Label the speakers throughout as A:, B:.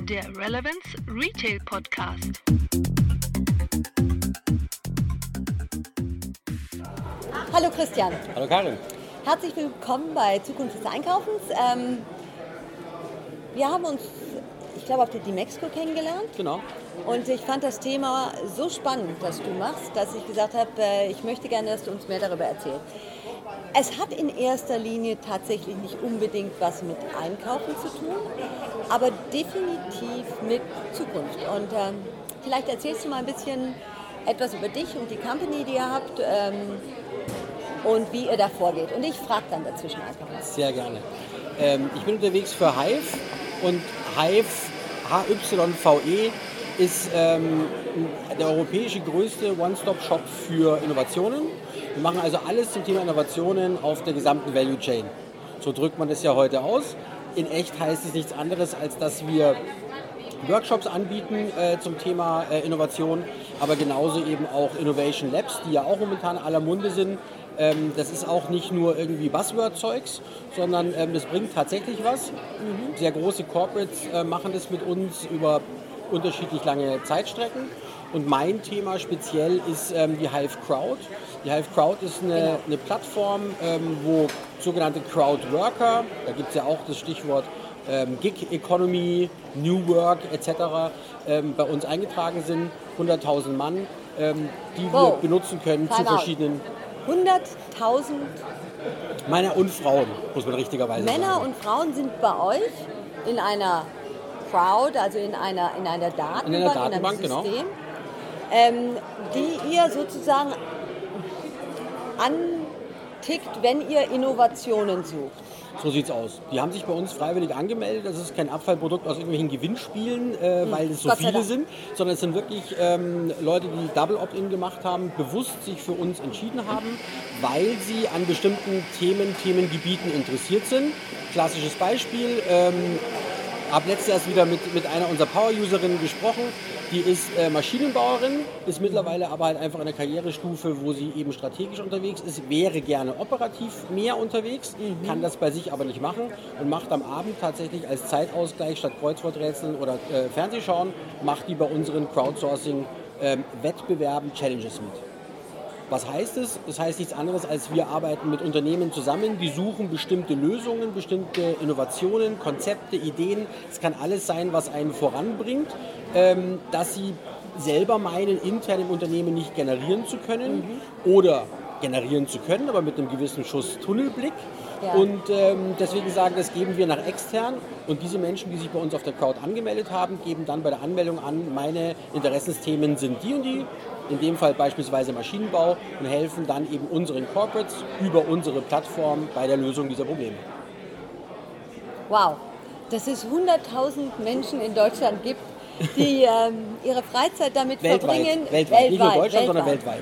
A: der Relevance Retail Podcast.
B: Hallo Christian.
C: Hallo Karin.
B: Herzlich willkommen bei Zukunft des Einkaufens. Wir haben uns, ich glaube, auf der Dimexco kennengelernt.
C: Genau.
B: Und ich fand das Thema so spannend, das du machst, dass ich gesagt habe, ich möchte gerne, dass du uns mehr darüber erzählst. Es hat in erster Linie tatsächlich nicht unbedingt was mit Einkaufen zu tun, aber definitiv mit Zukunft. Und vielleicht erzählst du mal ein bisschen etwas über dich und die Company, die ihr habt und wie ihr da vorgeht. Und ich frage dann dazwischen einfach.
C: Sehr gerne. Ich bin unterwegs für Hive und Hive, HYVE, ist der europäische größte One-Stop-Shop für Innovationen. Wir machen also alles zum Thema Innovationen auf der gesamten Value Chain. So drückt man das ja heute aus. In echt heißt es nichts anderes, als dass wir Workshops anbieten zum Thema Innovation, aber genauso eben auch Innovation Labs, die ja auch momentan in aller Munde sind. Das ist auch nicht nur irgendwie Buzzword-Zeugs, sondern das bringt tatsächlich was. Sehr große Corporates machen das mit uns über unterschiedlich lange Zeitstrecken. Und mein Thema speziell ist die Hive Crowd. Die Hive Crowd ist eine Plattform, wo sogenannte Crowdworker, da gibt es ja auch das Stichwort Gig Economy, New Work etc. Bei uns eingetragen sind, 100.000 Mann, die wir benutzen können zu verschiedenen...
B: 100.000
C: Männer und Frauen, muss man richtigerweise sagen.
B: Männer und Frauen sind bei euch in einer Crowd, also in einer Datenbank, in einem System,
C: genau.
B: Die ihr sozusagen antickt, wenn ihr Innovationen sucht.
C: So sieht's aus. Die haben sich bei uns freiwillig angemeldet. Das ist kein Abfallprodukt aus irgendwelchen Gewinnspielen, weil es so viele sind, sondern es sind wirklich Leute, die Double Opt-in gemacht haben, bewusst sich für uns entschieden haben, weil sie an bestimmten Themengebieten interessiert sind. Klassisches Beispiel. Habe letztes erst wieder mit einer unserer Power-Userinnen gesprochen. Die ist Maschinenbauerin, ist mittlerweile aber halt einfach in der Karrierestufe, wo sie eben strategisch unterwegs ist, wäre gerne operativ mehr unterwegs, kann das bei sich aber nicht machen und macht am Abend tatsächlich als Zeitausgleich statt Kreuzworträtseln oder Fernsehschauen, macht die bei unseren Crowdsourcing-Wettbewerben Challenges mit. Was heißt es? Das heißt nichts anderes, als wir arbeiten mit Unternehmen zusammen, die suchen bestimmte Lösungen, bestimmte Innovationen, Konzepte, Ideen. Es kann alles sein, was einen voranbringt, dass sie selber meinen, intern im Unternehmen nicht generieren zu können oder generieren zu können, aber mit einem gewissen Schuss Tunnelblick. Ja. Und deswegen sagen, das geben wir nach extern. Und diese Menschen, die sich bei uns auf der Crowd angemeldet haben, geben dann bei der Anmeldung an, meine Interessensthemen sind die und die. In dem Fall beispielsweise Maschinenbau und helfen dann eben unseren Corporates über unsere Plattform bei der Lösung dieser Probleme.
B: Wow, dass es 100.000 Menschen in Deutschland gibt, die ihre Freizeit damit verbringen.
C: Weltweit, nicht nur Deutschland, sondern weltweit.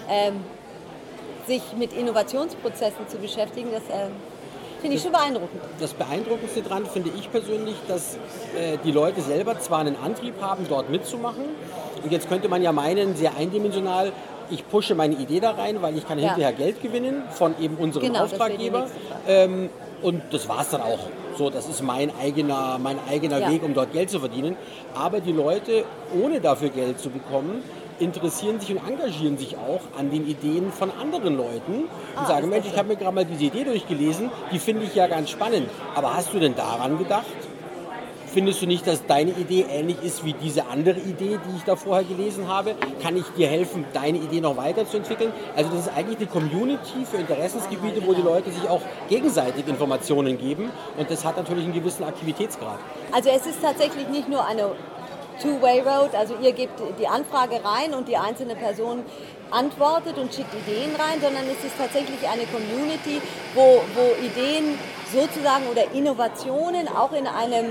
B: Sich mit Innovationsprozessen zu beschäftigen, das finde ich schon beeindruckend. Das
C: Beeindruckendste daran finde ich persönlich, dass die Leute selber zwar einen Antrieb haben, dort mitzumachen. Und jetzt könnte man ja meinen, sehr eindimensional, ich pushe meine Idee da rein, weil ich kann hinterher Geld gewinnen von eben unserem Auftraggeber. Und das war es dann auch. So, das ist mein eigener Weg, um dort Geld zu verdienen. Aber die Leute, ohne dafür Geld zu bekommen, interessieren sich und engagieren sich auch an den Ideen von anderen Leuten und sagen, Mensch, ich habe mir gerade mal diese Idee durchgelesen, die finde ich ja ganz spannend. Aber hast du denn daran gedacht? Findest du nicht, dass deine Idee ähnlich ist wie diese andere Idee, die ich da vorher gelesen habe? Kann ich dir helfen, deine Idee noch weiterzuentwickeln? Also das ist eigentlich eine Community für Interessensgebiete, wo die Leute sich auch gegenseitig Informationen geben. Und das hat natürlich einen gewissen Aktivitätsgrad.
B: Also es ist tatsächlich nicht nur eine Two-Way-Road, also ihr gebt die Anfrage rein und die einzelne Person antwortet und schickt Ideen rein, sondern es ist tatsächlich eine Community, wo Ideen sozusagen oder Innovationen auch in einem,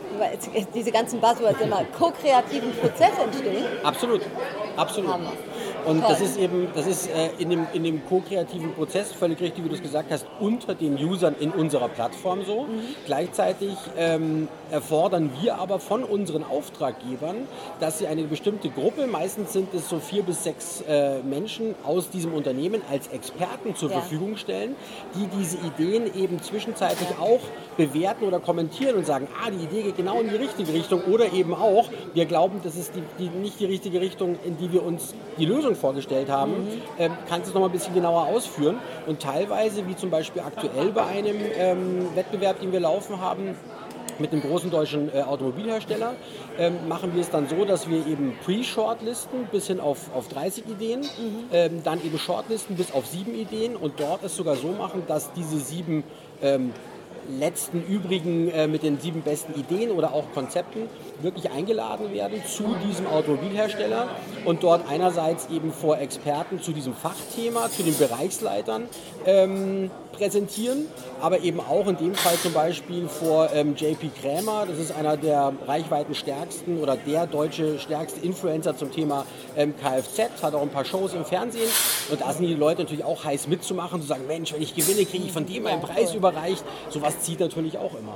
B: diese ganzen Buzzwords immer, ko-kreativen Prozess entstehen.
C: Absolut.
B: Hammer.
C: Und
B: Toll.
C: das ist in dem ko-kreativen Prozess, völlig richtig, wie du es gesagt hast, unter den Usern in unserer Plattform so. Gleichzeitig erfordern wir aber von unseren Auftraggebern, dass sie eine bestimmte Gruppe, meistens sind es so 4 bis 6 Menschen aus diesem Unternehmen als Experten zur Verfügung stellen, die diese Ideen eben zwischenzeitlich auch bewerten oder kommentieren und sagen, die Idee geht genau in die richtige Richtung oder eben auch, wir glauben, das ist nicht die richtige Richtung, in die wir uns die Lösung vorgestellt haben. Kannst du es noch mal ein bisschen genauer ausführen? Und teilweise, wie zum Beispiel aktuell bei einem Wettbewerb, den wir laufen haben, mit einem großen deutschen Automobilhersteller, machen wir es dann so, dass wir eben pre-shortlisten bis hin auf 30 Ideen, dann eben shortlisten bis auf 7 Ideen und dort es sogar so machen, dass diese 7 letzten übrigen mit den 7 besten Ideen oder auch Konzepten wirklich eingeladen werden zu diesem Automobilhersteller und dort einerseits eben vor Experten zu diesem Fachthema, zu den Bereichsleitern präsentieren, aber eben auch in dem Fall zum Beispiel vor JP Krämer, das ist einer der reichweitenstärksten oder der deutsche stärkste Influencer zum Thema Kfz, hat auch ein paar Shows im Fernsehen und da sind die Leute natürlich auch heiß mitzumachen, zu sagen, Mensch, wenn ich gewinne, kriege ich von dem einen Preis überreicht. Sowas zieht natürlich auch immer.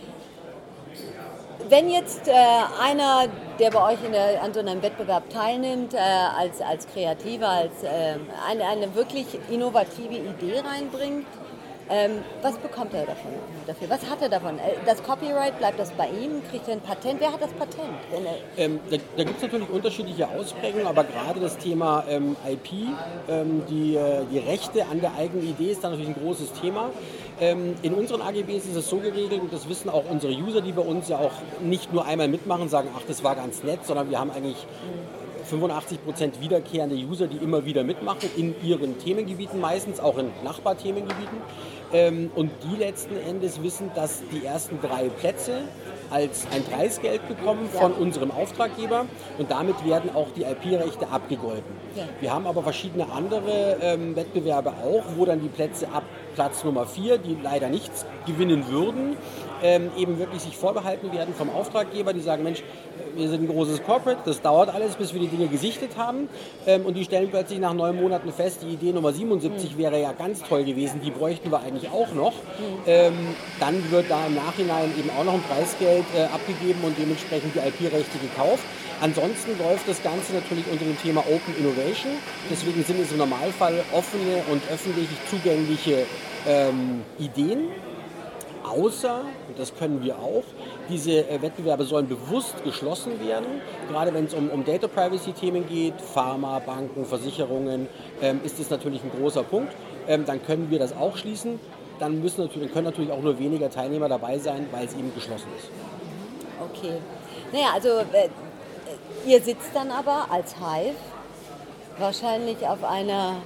B: Wenn jetzt einer, der bei euch an so einem Wettbewerb teilnimmt, als Kreativer, als eine wirklich innovative Idee reinbringt, was bekommt er dafür? Was hat er davon? Das Copyright, bleibt das bei ihm? Kriegt er ein Patent? Wer hat das Patent?
C: Da gibt es natürlich unterschiedliche Ausprägungen, aber gerade das Thema IP, die Rechte an der eigenen Idee ist da natürlich ein großes Thema. In unseren AGBs ist es so geregelt, und das wissen auch unsere User, die bei uns ja auch nicht nur einmal mitmachen, sagen, ach, das war ganz nett, sondern wir haben eigentlich 85% wiederkehrende User, die immer wieder mitmachen, in ihren Themengebieten meistens, auch in Nachbarthemengebieten. Und die letzten Endes wissen, dass die ersten 3 Plätze als ein Preisgeld bekommen von unserem Auftraggeber und damit werden auch die IP-Rechte abgegolten. Ja. Wir haben aber verschiedene andere Wettbewerbe auch, wo dann die Plätze ab Platz Nummer 4, die leider nichts gewinnen würden, eben wirklich sich vorbehalten werden vom Auftraggeber, die sagen, Mensch, wir sind ein großes Corporate, das dauert alles, bis wir die Dinge gesichtet haben und die stellen plötzlich nach 9 Monaten fest, die Idee Nummer 77 wäre ja ganz toll gewesen, die bräuchten wir eigentlich auch noch. Dann wird da im Nachhinein eben auch noch ein Preisgeld abgegeben und dementsprechend die IP-Rechte gekauft. Ansonsten läuft das Ganze natürlich unter dem Thema Open Innovation. Deswegen sind es im Normalfall offene und öffentlich zugängliche Ideen. Außer, und das können wir auch, diese Wettbewerbe sollen bewusst geschlossen werden. Gerade wenn es um Data Privacy Themen geht, Pharma, Banken, Versicherungen, ist das natürlich ein großer Punkt. Dann können wir das auch schließen. Dann können natürlich auch nur weniger Teilnehmer dabei sein, weil es eben geschlossen ist.
B: Okay. Naja, also ihr sitzt dann aber als Hive wahrscheinlich auf einer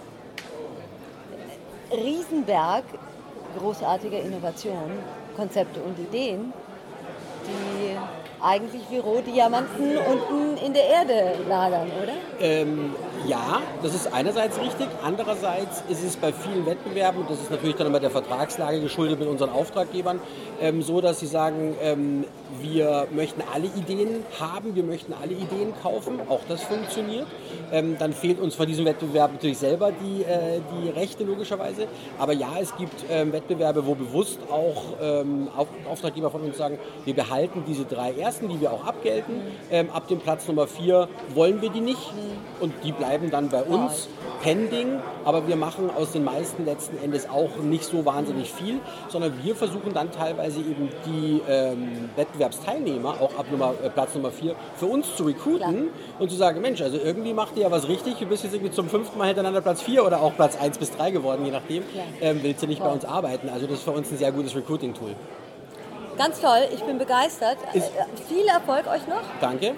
B: Riesenberg großartiger Innovationen, Konzepte und Ideen, die eigentlich wie Rohdiamanten unten in der Erde lagern, oder?
C: Ja, das ist einerseits richtig. Andererseits ist es bei vielen Wettbewerben, und das ist natürlich dann immer der Vertragslage geschuldet mit unseren Auftraggebern, so, dass sie sagen, wir möchten alle Ideen haben, wir möchten alle Ideen kaufen. Auch das funktioniert. Dann fehlt uns von diesem Wettbewerb natürlich selber die Rechte logischerweise. Aber ja, es gibt Wettbewerbe, wo bewusst auch Auftraggeber von uns sagen, wir behalten diese 3 ersten, die wir auch abgelten. Ab dem Platz Nummer 4 wollen wir die nicht. Und die bleiben dann bei uns pending. Aber wir machen aus den meisten letzten Endes auch nicht so wahnsinnig viel, sondern wir versuchen dann teilweise eben die Wettbewerbsteilnehmer auch ab Platz Nummer 4 für uns zu recruiten und zu sagen, Mensch, also irgendwie macht ihr ja was richtig, du bist jetzt irgendwie zum 5. Mal hintereinander Platz 4 oder auch Platz 1 bis 3 geworden, je nachdem, willst du nicht bei uns arbeiten. Also das ist für uns ein sehr gutes Recruiting-Tool.
B: Ganz toll, ich bin begeistert. Viel Erfolg euch noch.
C: Danke.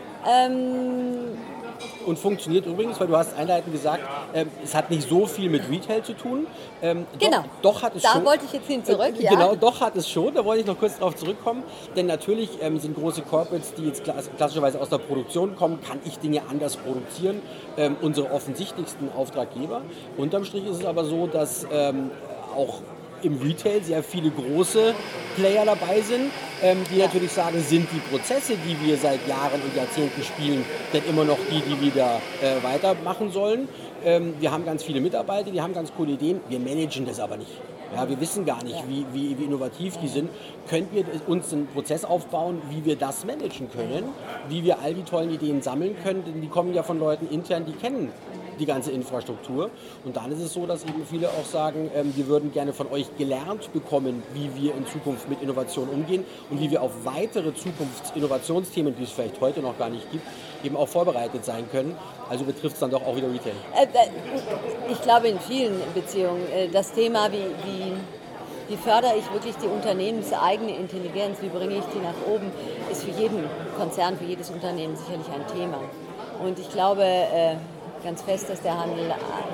C: Und funktioniert übrigens, weil du hast einleitend gesagt, es hat nicht so viel mit Retail zu tun.
B: Genau,
C: doch hat es
B: da
C: schon.
B: wollte ich jetzt hin zurück.
C: Genau, doch hat es schon, da wollte ich noch kurz drauf zurückkommen. Denn natürlich sind große Corporates, die jetzt klassischerweise aus der Produktion kommen, kann ich Dinge anders produzieren. Unsere offensichtlichsten Auftraggeber. Unterm Strich ist es aber so, dass auch im Retail sehr viele große Player dabei sind, die natürlich sagen, sind die Prozesse, die wir seit Jahren und Jahrzehnten spielen, denn immer noch die wir weitermachen sollen. Wir haben ganz viele Mitarbeiter, die haben ganz coole Ideen, wir managen das aber nicht. Ja, wir wissen gar nicht, wie innovativ die sind. Könnten wir uns einen Prozess aufbauen, wie wir das managen können, wie wir all die tollen Ideen sammeln können, denn die kommen ja von Leuten intern, die kennen die ganze Infrastruktur. Und dann ist es so, dass eben viele auch sagen, wir würden gerne von euch gelernt bekommen, wie wir in Zukunft mit Innovation umgehen und wie wir auf weitere Zukunftsinnovationsthemen, die es vielleicht heute noch gar nicht gibt, eben auch vorbereitet sein können. Also betrifft es dann doch auch wieder Retail.
B: Ich glaube in vielen Beziehungen. Das Thema, wie fördere ich wirklich die unternehmenseigene Intelligenz, wie bringe ich die nach oben, ist für jeden Konzern, für jedes Unternehmen sicherlich ein Thema. Und ich glaube ganz fest, dass der Handel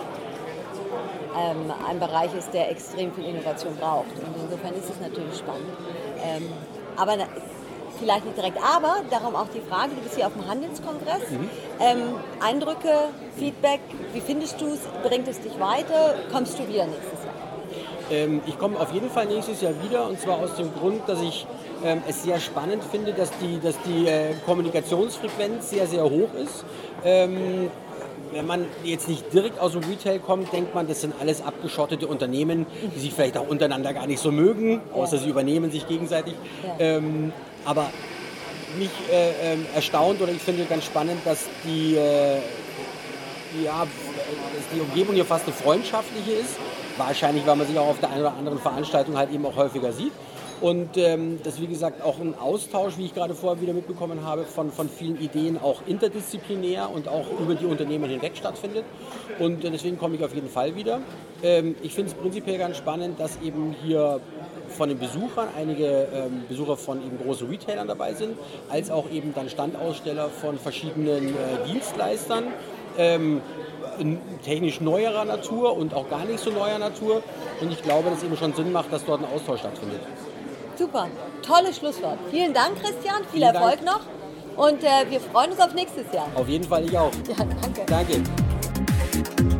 B: ein Bereich ist, der extrem viel Innovation braucht. Und insofern ist es natürlich spannend. Aber vielleicht nicht direkt, aber darum auch die Frage, du bist hier auf dem Handelskongress. Eindrücke, Feedback, wie findest du es? Bringt es dich weiter? Kommst du wieder nächstes Jahr?
C: Ich komme auf jeden Fall nächstes Jahr wieder, und zwar aus dem Grund, dass ich es sehr spannend finde, dass die Kommunikationsfrequenz sehr, sehr hoch ist. Wenn man jetzt nicht direkt aus dem Retail kommt, denkt man, das sind alles abgeschottete Unternehmen, die sich vielleicht auch untereinander gar nicht so mögen, außer sie übernehmen sich gegenseitig. Ja. Aber mich erstaunt, oder ich finde ganz spannend, dass die Umgebung hier fast eine freundschaftliche ist. Wahrscheinlich, weil man sich auch auf der einen oder anderen Veranstaltung halt eben auch häufiger sieht. Und das, wie gesagt, auch ein Austausch, wie ich gerade vorher wieder mitbekommen habe, von vielen Ideen auch interdisziplinär und auch über die Unternehmen hinweg stattfindet. Und deswegen komme ich auf jeden Fall wieder. Ich finde es prinzipiell ganz spannend, dass eben hier von den Besuchern einige Besucher von eben großen Retailern dabei sind, als auch eben dann Standaussteller von verschiedenen Dienstleistern. Technisch neuerer Natur und auch gar nicht so neuer Natur. Und ich glaube, dass es eben schon Sinn macht, dass dort ein Austausch stattfindet.
B: Super, tolles Schlusswort. Vielen Dank, Christian, viel Erfolg noch und wir freuen uns auf nächstes Jahr.
C: Auf jeden Fall, ich auch.
B: Ja, danke.
C: Danke.